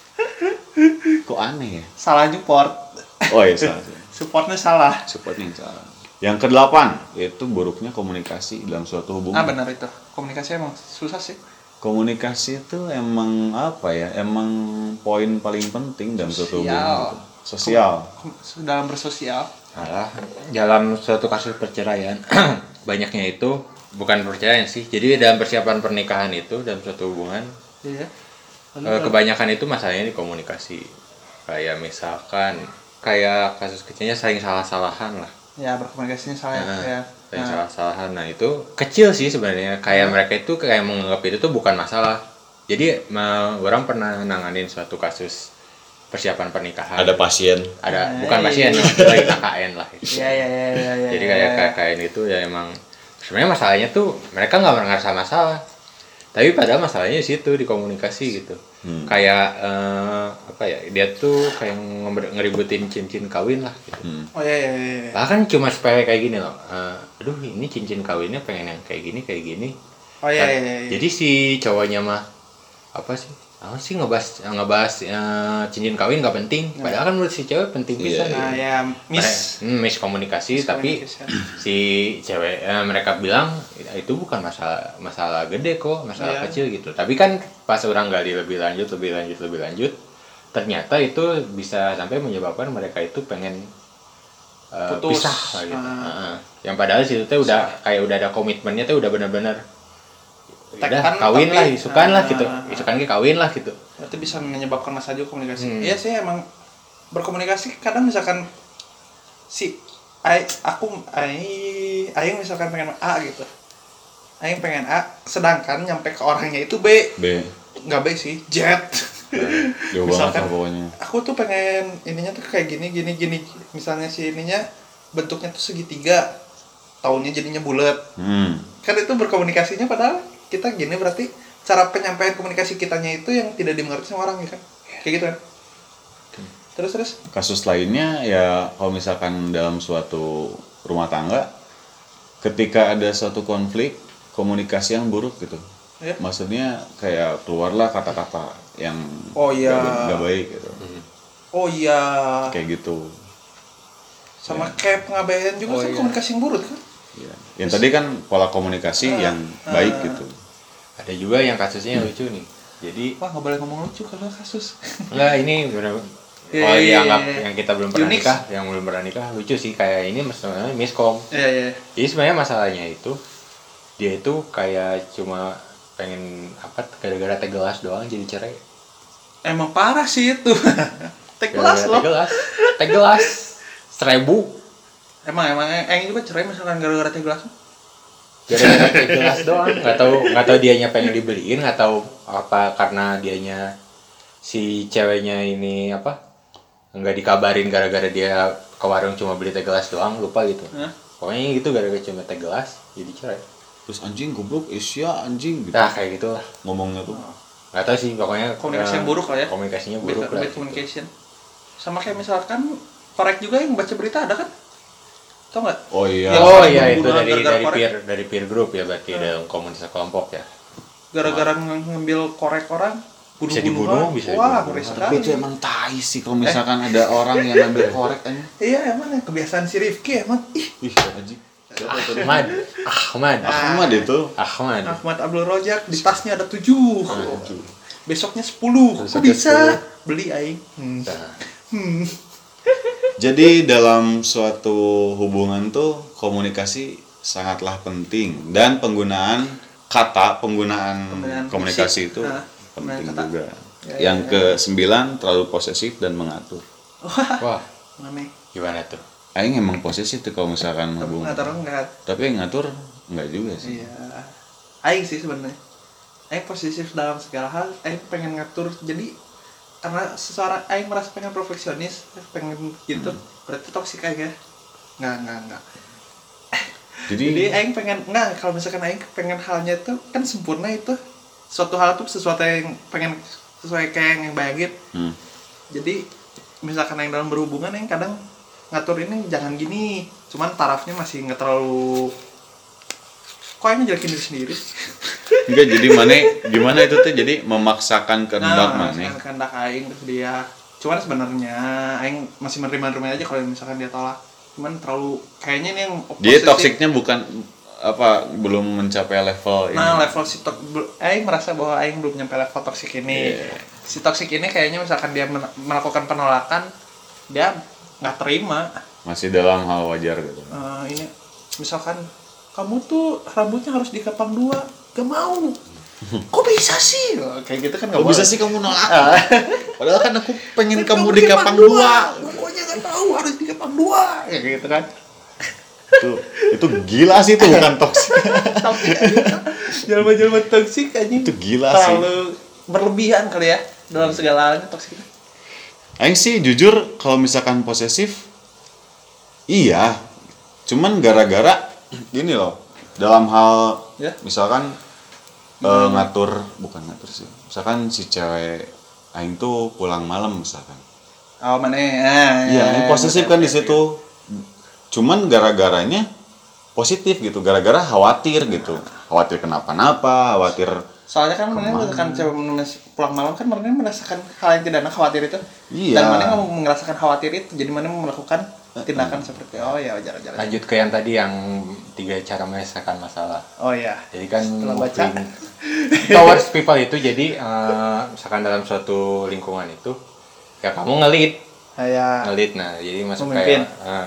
Kok aneh ya? Salah support. Oh iya salah. Supportnya salah. Supportnya yang salah. Yang kedelapan, yaitu buruknya komunikasi dalam suatu hubungan. Ah benar itu. Komunikasi emang susah sih. Komunikasi itu emang apa ya? Emang poin paling penting dalam suatu Sosial. hubungan. Gitu. Sosial. Kom- Dalam bersosial. Alah, dalam suatu kasus perceraian banyaknya itu bukan perceraian sih. Jadi dalam persiapan pernikahan itu dalam suatu hubungan Iya. eh, kebanyakan itu masalahnya di komunikasi. Kayak misalkan kayak kasus kecilnya saling salah-salahan lah. Ya berkomunikasinya salah Nah, ya. saling Nah, salah-salahan. Nah, itu kecil sih sebenarnya. Kayak mereka itu kayak menganggap itu tuh bukan masalah. Jadi ma- orang pernah nanganin suatu kasus persiapan pernikahan. Ada pasien. Ada Nah, bukan iya, pasien, iya. lagi K K N lah. Gitu. Iya iya iya iya. iya, Jadi iya, kayak iya. K K N itu ya emang sebenarnya masalahnya tuh mereka nggak merasa masalah. Tapi padahal masalahnya di situ di komunikasi gitu. Hmm. Kayak eh, apa ya? Dia tuh kayak ngeber- ngeributin cincin kawin lah gitu. Hmm. Oh iya iya iya. iya. Bahkan cuma sepele kayak gini loh. Eh, aduh ini cincin kawinnya pengen yang kayak gini kayak gini. Oh iya Kan- iya. iya. Jadi si cowoknya mah apa sih? Apa sih ngebahas ngebahas eh, cincin kawin nggak penting. Padahal kan menurut si cewek penting Iya, bisa. Nah ya miss. Hmm, miskomunikasi tapi Miscommunication. si cewek eh, mereka bilang "Ya, itu bukan masalah masalah gede kok masalah Iya. kecil gitu tapi kan pas orang gali lebih lanjut lebih lanjut lebih lanjut ternyata itu bisa sampai menyebabkan mereka itu pengen eh, Putus. pisah lah gitu. Ah. Heeh. Yang padahal situ teh udah kayak udah ada komitmennya teh udah benar-benar udah Tekan, kawin lah tapi- isukan lah ah. gitu isukan ke kawin lah gitu. Itu bisa menyebabkan masalah juga komunikasi. Hmm. Iya sih emang berkomunikasi kadang misalkan si Ai, aku Ai, Aing misalkan pengen A gitu. Aing pengen A, sedangkan nyampe ke orangnya itu B. B. Nggak B sih, Z. Jauh banget Misalkan lah pokoknya. aku tuh pengen ininya tuh kayak gini gini gini. Misalnya si ininya bentuknya tuh segitiga, tahunnya jadinya bulat. Hmm. Kan itu berkomunikasinya padahal kita gini berarti cara penyampaian komunikasi kitanya itu yang tidak dimengerti sama orang ya kan. Kayak gitu kan. Terus terus Kasus lainnya ya kalau misalkan dalam suatu rumah tangga ketika ada suatu konflik komunikasi yang buruk gitu. ya. Maksudnya kayak keluarlah kata-kata yang Oh iya. nggak nggak baik gitu. Oh iya. Kayak gitu. Sama kayak pengabaian juga Oh, kan iya. komunikasi yang buruk kan. Ya. Yang tadi kan pola komunikasi Ah, yang ah. baik gitu. Ada juga yang kasusnya yang lucu nih. Jadi Wah nggak boleh ngomong lucu kalau kasus. enggak ini benar Iya, kalau iya, dianggap iya, iya. yang kita belum pernah Unik. nikah, yang belum pernah nikah lucu sih kayak ini maksudnya miskom. Iya iya. Jadi sebenarnya masalahnya itu dia itu kayak cuma pengen apa gara-gara teh gelas doang jadi cerai. Emang parah sih itu. Teh gelas Gara-gara loh. Teh gelas, teh gelas seribu. Emang emang Aing juga cerai misalkan gara-gara teh gelas. Gara-gara teh gelas doang. Nggak tahu nggak tahu dianya pengen dibeliin, nggak tahu apa karena dianya si ceweknya ini apa nggak dikabarin gara-gara dia ke warung cuma beli teh gelas doang lupa gitu. Hah? Pokoknya gitu gara-gara cuma teh gelas jadi cerai. Terus anjing goblok Asia anjing gitu. Nah kayak gitu lah. Ngomongnya tuh. Nggak tahu sih pokoknya Komunikasi eh, yang buruk lah ya. Komunikasinya Bad, buruk lah. bad communication. Sama kayak misalkan korek juga yang baca berita ada kan? Tau nggak? Oh iya. Ya, Oh saling iya itu membunuh dari gara-gara dari korek. peer dari peer group ya berarti dalam komunitas kelompok ya. Gara-gara ng- ngambil korek orang Bisa dibunuh, bisa wah dibunuh. ngeri Tapi itu sekali. emang tai sih kalau misalkan ada orang yang ngambil korek aja. Iya emang yang kebiasaan si Rifki emang ih Ih, anjing. Siapa tadi? Ahmad, Ahmad, Ahmad itu. Ahmad. Ahmad Abdul Rojak di tasnya ada tujuh. Tujuh. Besoknya sepuluh. Kok Besoknya bisa? sepuluh. Beli aing. Hmm. Nah, Hmm. Jadi dalam suatu hubungan tuh komunikasi sangatlah penting dan penggunaan kata, penggunaan Penggunaan komunikasi fisik. itu Nah, penting penggunaan kata. juga. Ya, Yang ya, ke sembilan terlalu posesif dan mengatur. wah, Mana? gimana tuh? Aing emang posesif tuh kalau misalkan hubungan. Ngatur enggak? Tapi yang ngatur enggak juga sih. Iya. Aing sih sebenarnya. Aing posesif dalam segala hal. Aing pengen ngatur. Jadi karena seseorang Aing merasa pengen perfeksionis, pengen gitu. Berarti toksik aja. Enggak, enggak, enggak. Jadi, Jadi Aing pengen enggak kalau misalkan Aing pengen halnya itu kan sempurna itu. Suatu hal tuh sesuatu yang pengen sesuai kayak yang bayangin. hmm, Jadi misalkan Aing dalam berhubungan Aing kadang ngatur ini jangan gini. Cuman tarafnya masih nggak terlalu kok Aing ngejelekin diri sendiri. enggak jadi mana gimana itu tuh jadi memaksakan kehendak Nah, mana. misalkan kehendak Aing ke dia. Cuman sebenarnya Aing masih menerima-nerima aja kalau misalkan dia tolak. Cuman terlalu kayaknya ini yang Dia posesif. toksiknya bukan apa belum mencapai level ini. Nah, level si tok Aing merasa bahwa Aing belum nyampe level toksik ini. Iya. Si toksik ini kayaknya misalkan dia men- melakukan penolakan, dia nggak terima. Masih dalam hal wajar gitu. Eh, ini misalkan kamu tuh rambutnya harus dikepang dua, gak mau. Kok bisa sih? Oh, kayak gitu kan gak Kok bisa sih kamu nolak? Padahal kan aku pengen kamu dikepang dua. Pokoknya gak tahu harus dikepang dua. Kayak gitu kan. Itu itu gila sih itu bukan toksik. Toksik aja. Jelma-jelma toksik aja. Itu gila sih. Terlalu berlebihan kali ya dalam segala halnya toksik. Aing sih jujur kalau misalkan posesif iya. Cuman gara-gara gini loh. Dalam hal Ya. misalkan eh, ngatur bukan ngatur sih. Misalkan si cewek Aing tuh pulang malam misalkan. Oh mana? Ah, Iya, ini posesif kan di oke, oke. situ. Cuman gara-garanya positif gitu, gara-gara khawatir gitu. Khawatir kenapa-napa, khawatir Soalnya kan mana Kemana? kan cewek menulis pulang malam kan mana merasakan hal yang tidak enak khawatir itu. Iya. Dan mana mau merasakan khawatir itu, jadi mana melakukan tindakan seperti oh ya wajar wajar. Lanjut ke yang tadi yang tiga cara menyelesaikan masalah. Oh ya. Jadi kan Setelah baca. moving towards people itu jadi eh, misalkan dalam suatu lingkungan itu ya kamu ngelit, Kayak ngelit nah jadi masuk Memimpin. kayak eh,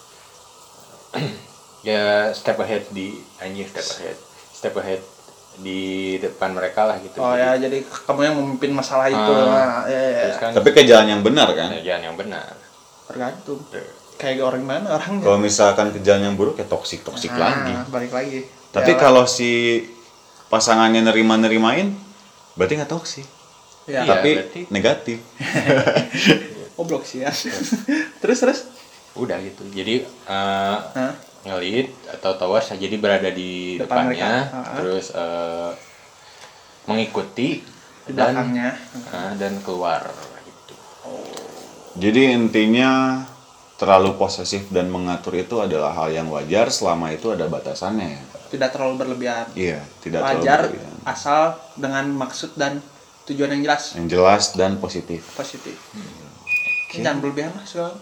ya step ahead di anjing step ahead, step ahead di depan mereka lah gitu. oh ya jadi kamu yang memimpin masalah itu. Ah, Nah, ya, ya, Terus ya. kan tapi ke jalan yang benar kan. ya, jalan yang benar. Tergantung. Kayak orang mana orangnya. Kalau misalkan ke jalan yang buruk ya toksik toksik Ah, lagi. Balik lagi. Tapi Ya, kalau si pasangannya nerima-nerimain berarti nggak toksik. ya. Iya. Tapi berarti- negatif. Goblok sih ya. terus terus. Udah gitu. Jadi eh, Hah? ngelit atau towards jadi berada di Depan depannya mereka. Ah. terus eh, mengikuti Di dan belakangnya. eh, dan keluar gitu. Jadi intinya terlalu posesif dan mengatur itu adalah hal yang wajar selama itu ada batasannya. Tidak terlalu berlebihan. Iya, tidak Wajar terlalu berlebihan. asal dengan maksud dan tujuan yang jelas. Yang jelas dan positif. Positif. Oke. Jangan berlebihan lah soal.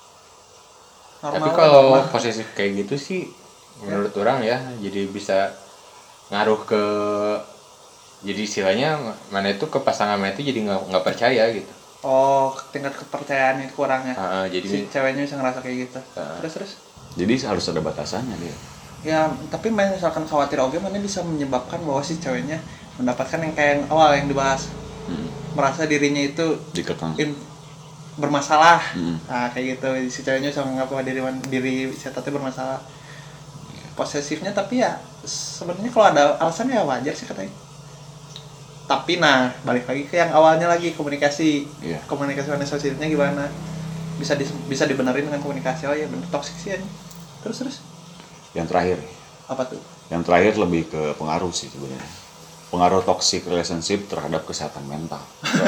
Tapi kalau posesif kayak gitu sih menurut orang ya jadi bisa ngaruh ke jadi istilahnya mana itu ke pasangan mana itu jadi nggak nggak percaya gitu. oh tingkat kepercayaan itu kurangnya. Ah, jadi Si ceweknya bisa ngerasa kayak gitu. Ah. Terus terus. Jadi harus ada batasannya dia. Ya, tapi main misalkan khawatir oke mana bisa menyebabkan bahwa si ceweknya mendapatkan yang kayak yang awal yang dibahas. Hmm. Merasa dirinya itu Dikekang. in, bermasalah. Hmm. Nah, kayak gitu. Si ceweknya bisa menganggap bahwa diri diri si tatanya bermasalah. Posesifnya tapi ya sebenarnya kalau ada alasannya ya wajar sih katanya. Tapi nah, balik lagi ke yang awalnya lagi komunikasi. Iya. Komunikasi mana sosialnya gimana? Bisa di, bisa dibenerin dengan komunikasi. Oh ya bener toksik sih ya. Terus terus Yang terakhir, apa tuh? yang terakhir lebih ke pengaruh sih sebenarnya. Pengaruh toxic relationship terhadap kesehatan mental.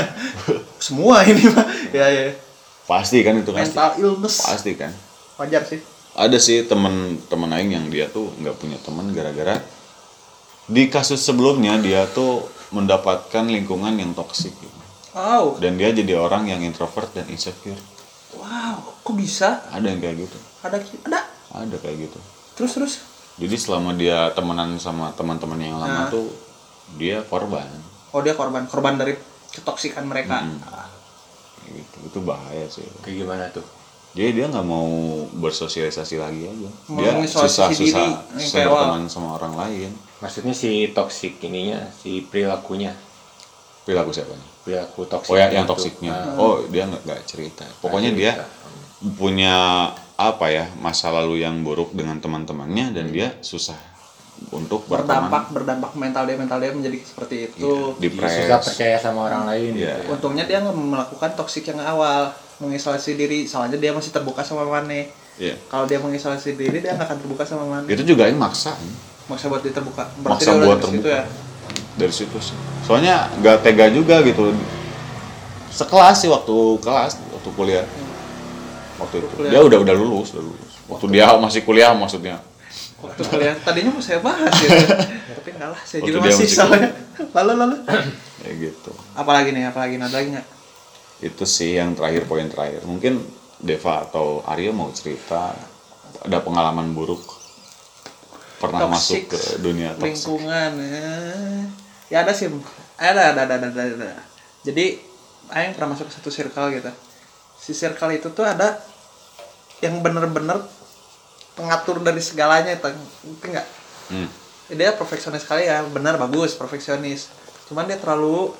Semua ini mah. Ya ya. Pasti kan itu pasti. Mental illness. Pasti kan. Wajar sih. Ada sih temen-temen aing yang dia tuh nggak punya teman gara-gara di kasus sebelumnya dia tuh mendapatkan lingkungan yang toksik gitu. Wow. Dan dia jadi orang yang introvert dan insecure. Wow, kok bisa? Ada yang kayak gitu. Ada ada. Ada kayak gitu. Terus terus. Jadi selama dia temenan sama teman-teman yang lama Nah. tuh dia korban. Oh, dia korban, korban dari ketoksikan mereka. Hmm. Kayak gitu. Itu bahaya sih. Kayak gimana tuh? Jadi dia nggak mau bersosialisasi lagi aja. Mau Dia mengisolasi susah-susah diri, yang susah kayak awal. berteman sama orang lain. Maksudnya si toksik ininya, si perilakunya, Perilaku siapa nih? perilaku toksik. Oh ya, yang itu. toksiknya. Ah, Oh dia nggak nggak cerita. Pokoknya nggak dia cerita. punya apa ya masa lalu yang buruk dengan teman-temannya dan dia susah untuk Berdampak berteman. berdampak mental dia mental dia menjadi seperti itu. Iya, Jadi susah depres. percaya sama orang lain. Iya. gitu ya. Untungnya dia nggak melakukan toksik yang awal, mengisolasi diri. Soalnya dia masih terbuka sama Mane. Iya. Kalau dia mengisolasi diri, dia nggak akan terbuka sama Mane. Itu juga yang maksa Maksa buat dia terbuka. Maksa dia udah buat dari situ terbuka. ya. dari situ sih. Soalnya nggak tega juga gitu. Sekelas sih waktu kelas waktu kuliah. Waktu itu Kuliah. dia udah udah lulus, udah lulus. Waktu dia masih kuliah maksudnya. Waktu kuliah tadinya mau saya bahas ya. Tapi enggak lah, saya Waktu juga dia masih masih soalnya. Lalu lalu. Kayak gitu. Apalagi nih, apalagi ada lagi nggak? Itu sih yang terakhir, poin terakhir. Mungkin Deva atau Arya mau cerita ada pengalaman buruk pernah masuk Toxic ke dunia toksik. lingkungan. eh. Ya ada sih. Ada ada ada ada ada. ada. Jadi Aing pernah masuk ke satu circle gitu. Si circle itu tuh ada yang bener-bener pengatur dari segalanya, ngerti nggak? Hmm. Dia perfeksionis sekali ya, benar bagus perfeksionis. Cuman dia terlalu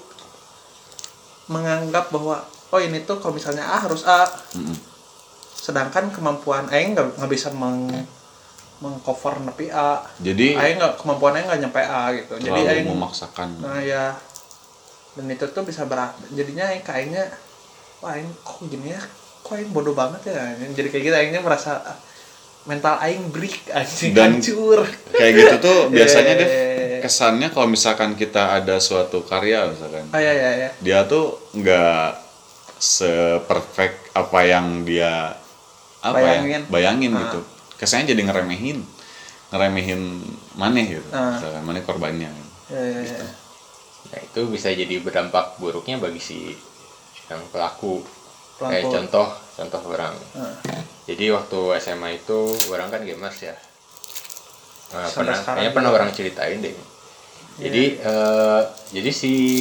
menganggap bahwa oh ini tuh kalau misalnya A harus A. Mm-mm. Sedangkan kemampuan Aing nggak nggak bisa meng mengcover nepi A. Jadi Aing nggak kemampuan Aing nggak nyampe A gitu. Jadi terlalu Aing memaksakan. nah ya dan itu tuh bisa berat. Jadinya Aing kayaknya wah Aing kok gini ya, kok Aing bodoh banget ya. Jadi kayak gitu Aingnya merasa ah, mental Aing break anjing Dan- hancur. Kayak gitu tuh biasanya deh Eh. kesannya kalau misalkan kita ada suatu karya misalkan. Ah ya ya ya. Dia tuh nggak seperfect apa yang dia apa Bayangin. ya bayangin Ah. gitu. Kesannya jadi ngeremehin, ngeremehin maneh gitu. Ah. Misalkan maneh korbannya. Ya, ya, ya. Nah itu bisa jadi berdampak buruknya bagi si yang pelaku. Pelaku. Kayak contoh, contoh orang. Ah. Jadi waktu S M A itu orang kan gamers ya. Nah, Sampai pernah, sekarang kayaknya pernah juga. orang ceritain deh. Jadi, eh, jadi si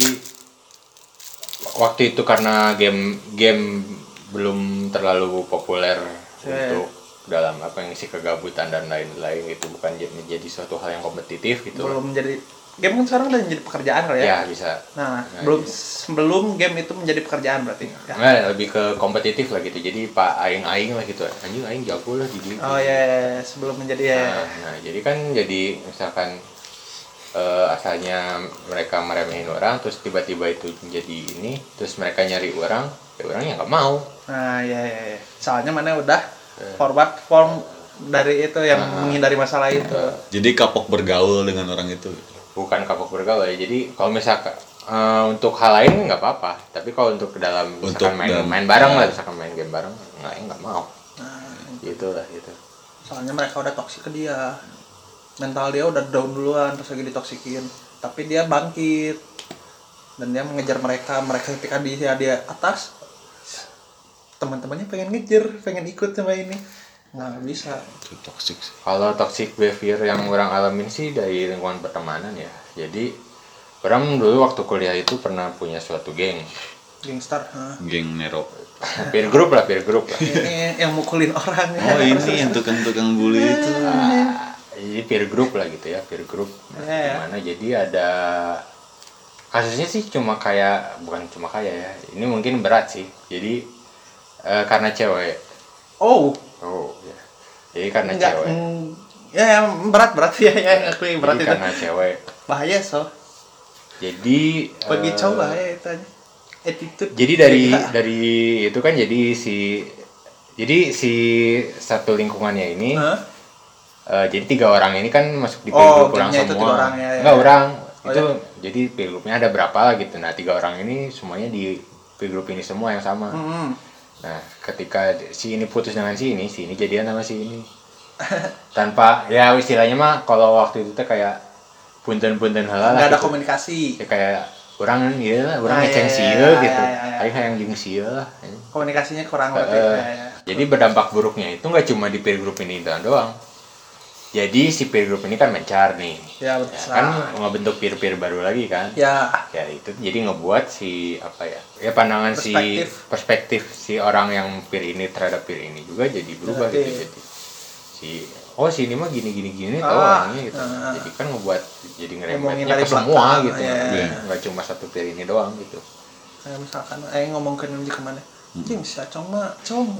waktu itu karena game game belum terlalu populer Ya, untuk dalam apa yang isi kegabutan dan lain-lain itu bukan j- menjadi suatu hal yang kompetitif gitu. Belum menjadi game kan sekarang udah menjadi pekerjaan kali ya. Ya bisa. Nah, Nah, belum iya. sebelum game itu menjadi pekerjaan berarti. Ya. Nah, lebih ke kompetitif lah gitu. Jadi pak aing-aing lah gitu. Anjing aing jago lah jadi. Oh ya, ya, ya. Sebelum menjadi ya. Nah, nah, jadi kan jadi misalkan eh, asalnya mereka meremehin orang terus tiba-tiba itu menjadi ini terus mereka nyari orang ya orangnya nggak mau. Nah, ya, ya, ya. Soalnya mana udah forward form dari itu yang Nah. menghindari masalah itu. Jadi kapok bergaul dengan orang itu. Bukan kapok bergaul ya. Jadi kalau misalkan eh, untuk hal lain nggak apa-apa tapi kalau untuk ke dalam misalkan Untuk main dalam- main bareng ya. lah misalkan main game bareng nggak nggak mau Nah, gitu lah gitu. soalnya mereka udah toksik ke dia. Mental dia udah down duluan terus lagi ditoksikin. Tapi dia bangkit. Dan dia mengejar mereka, mereka ketika dia dia atas teman-temannya pengen ngejar, pengen ikut sama ini. Nggak bisa. Itu toxic sih. Kalau toxic behavior yang orang alamin sih dari lingkungan pertemanan ya. Jadi orang dulu waktu kuliah itu pernah punya suatu geng. Gangstar. Hah. Geng Nero. Peer group lah, peer group lah. Ini yang mukulin orang. Oh ini yang tukang-tukang bully itu. Ah, jadi peer group lah gitu ya, peer group. Nah, Ya, ya. dimana jadi ada kasusnya sih cuma kayak bukan cuma kayak ya. Ini mungkin berat sih. Jadi eh, karena cewek. Oh, Oh ya. Jadi karena enggak. cewek. mm, Ya, ya, berat berat ya, ya akui berat Jadi itu. karena cewek. Bahaya so. Jadi Bagi eh, cowok bahaya itu aja. Attitude. Jadi dari Ya. dari itu kan jadi si jadi si satu lingkungannya ini Hah? eh, jadi tiga orang ini kan masuk di peer Oh, group orang gengnya itu semua. tiga orang, ya, ya, Enggak ya. orang Oh, itu ya. jadi peer groupnya ada berapa lah gitu. Nah tiga orang ini semuanya di peer group ini semua yang sama. Hmm. Nah ketika si ini putus dengan si ini, si ini jadian sama si ini. Tanpa ya istilahnya mah kalau waktu itu tuh kayak punten-punten heula nggak ada gitu. komunikasi. Ya kayak orang ieu lah, urang Ah, ngeceng iya, sieun iya, gitu. iya, iya, iya. Aing hayang jeung sieun lah. Komunikasinya kurang Eh, berarti. Ya, ya. Jadi berdampak buruknya itu nggak cuma di peer group ini doang. Jadi si peer group ini kan mencar nih. Ya, Ya, betul. kan ngebentuk peer-peer baru lagi kan. Ya, Ya itu jadi ngebuat si apa ya? Ya pandangan Perspektif. si perspektif si orang yang peer ini terhadap peer ini juga jadi berubah gitu. Negatif. Jadi si oh si ini mah gini gini gini Ah, tahu orangnya gitu. ah. Jadi kan ngebuat jadi Ngomongin ngerembetnya dari ke semua belakang, gitu. ya. Iya. Nggak cuma satu peer ini doang gitu. kayak misalkan eh ngomongin ini kemana? Cing, si Acong mah, Cong.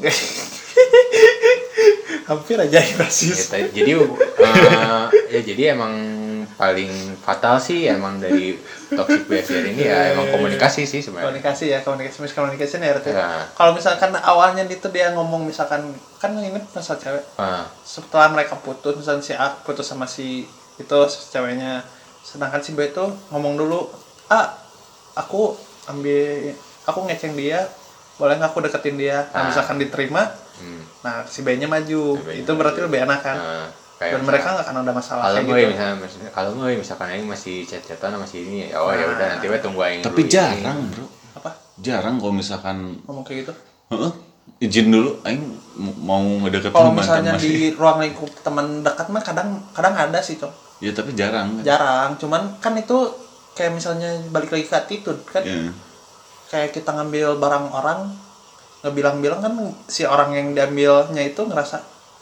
Hampir aja rasis. Ya, jadi uh, ya jadi emang paling fatal sih emang dari toxic behavior ini ya emang komunikasi sih sebenarnya. Komunikasi ya, komunikasi miskomunikasi ya berarti. Ya. Kalau misalkan awalnya itu dia ngomong misalkan kan ini masalah cewek. Ah, Setelah mereka putus, misalkan si A putus sama si itu si ceweknya, sedangkan si B itu ngomong dulu, ah aku ambil, aku ngeceng dia, boleh nggak aku deketin dia? Nah, Ah. misalkan diterima, hmm. nah si B-nya maju, Si B-nya itu berarti maju. lebih enak kan? Nah, Dan mereka nggak akan ada masalah kalau kayak gue gitu. misalnya maksudnya kalau gue misalkan ini masih chat-chatan sama si ini ya oh ya udah nanti gue tunggu aing Tapi dulu ini. jarang, Bro. Apa? Jarang kalau misalkan Ngomong kayak gitu? heeh, izin dulu aing m- mau ngedeketin Kalau mantan misalnya masih. di ruang lingkup teman dekat mah kadang kadang ada sih, Cok. Ya tapi jarang kan. Jarang, cuman kan itu kayak misalnya balik lagi ke attitude kan. Ya. Kayak kita ngambil barang orang, ngebilang-bilang kan si orang yang diambilnya itu ngerasa,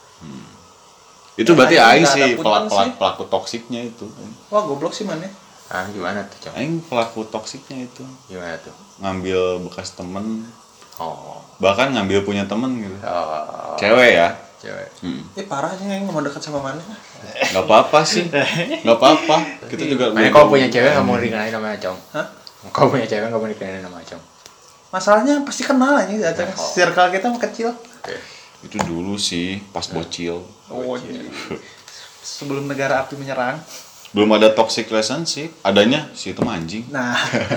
Itu Ya, berarti aing aing nggak sih ada punten pelaku, sih. pelaku toksiknya itu. wah goblok sih mana. ah gimana tuh Cong? Aing pelaku toksiknya itu. Gimana tuh? Ngambil bekas temen, Oh, bahkan ngambil punya temen gitu. oh Cewek ya. cewek. Hmm. Eh parah sih yang mau dekat sama mana. Gak apa-apa sih. Gak apa-apa. Kita juga Makanya kalau punya cewek nggak mau dikenalin nama Acong. Hah? Kalau punya cewek nggak mau dikenalin nama Acong. Masalahnya pasti kenal aja, datang Oh. circle kita mah kecil. Oke. itu dulu sih pas bocil. Oh, sebelum negara api menyerang. Belum ada toxic relationship, adanya si itu mah anjing. Nah,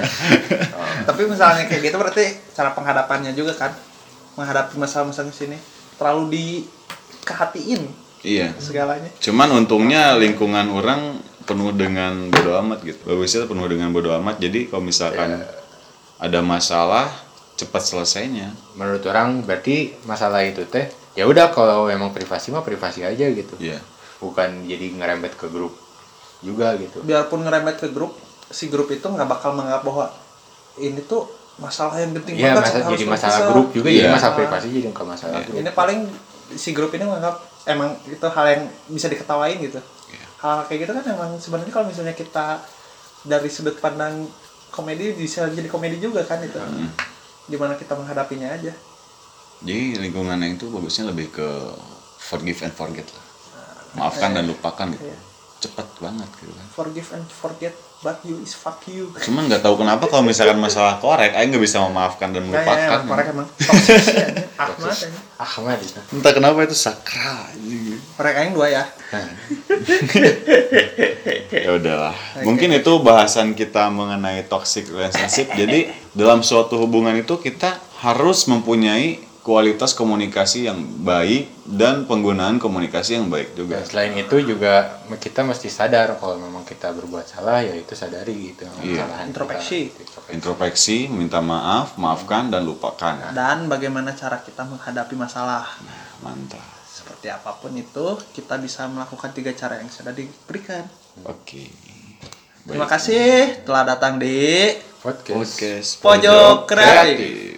tapi misalnya kayak gitu berarti cara penghadapannya juga kan, menghadapi masalah-masalah di sini terlalu dikehatiin Iya. segalanya. Cuman untungnya lingkungan orang penuh dengan bodo amat gitu. Bagusnya penuh dengan bodo amat. Jadi kalau misalkan ada masalah cepat selesainya. Menurut orang berarti masalah itu teh ya udah kalau emang privasi mah privasi aja gitu. Iya. Bukan jadi ngerembet ke grup juga gitu. Biarpun ngerembet ke grup, si grup itu nggak bakal menganggap bahwa ini tuh masalah yang penting Iya, banget, masa harus jadi masalah berpisah. grup juga Iya. jadi masalah privasi jadi ke masalah Iya. grup. Ini paling si grup ini menganggap emang itu hal yang bisa diketawain gitu. Iya. Hal kayak gitu kan emang sebenarnya kalau misalnya kita dari sudut pandang komedi bisa jadi komedi juga kan itu. Hmm. Gimana kita menghadapinya aja. Jadi lingkungan yang itu bagusnya lebih ke forgive and forget lah. Maafkan dan lupakan gitu. Iya. Cepat banget gitu kan. Forgive and forget, but you is fuck you. Cuman nggak tahu kenapa kalau misalkan masalah korek, aing nggak bisa memaafkan dan Nah, ya, melupakan. emang korek emang toxic sih anjing. Ahmad anjing. Ahmad itu. Entah kenapa itu sakral. anjing. Korek aing dua ya. Ya udahlah. Mungkin itu bahasan kita mengenai toxic relationship. Jadi dalam suatu hubungan itu kita harus mempunyai kualitas komunikasi yang baik dan penggunaan komunikasi yang baik juga. Dan selain itu juga kita mesti sadar kalau memang kita berbuat salah ya itu sadari gitu. Iya. Kesalahan Introspeksi. kita. Introspeksi, minta maaf, maafkan dan lupakan. Dan bagaimana cara kita menghadapi masalah. Mantap. Seperti apapun itu, kita bisa melakukan tiga cara yang sudah diberikan. Oke. Terima kasih telah datang di Podcast. Podcast Pojok Kreatif.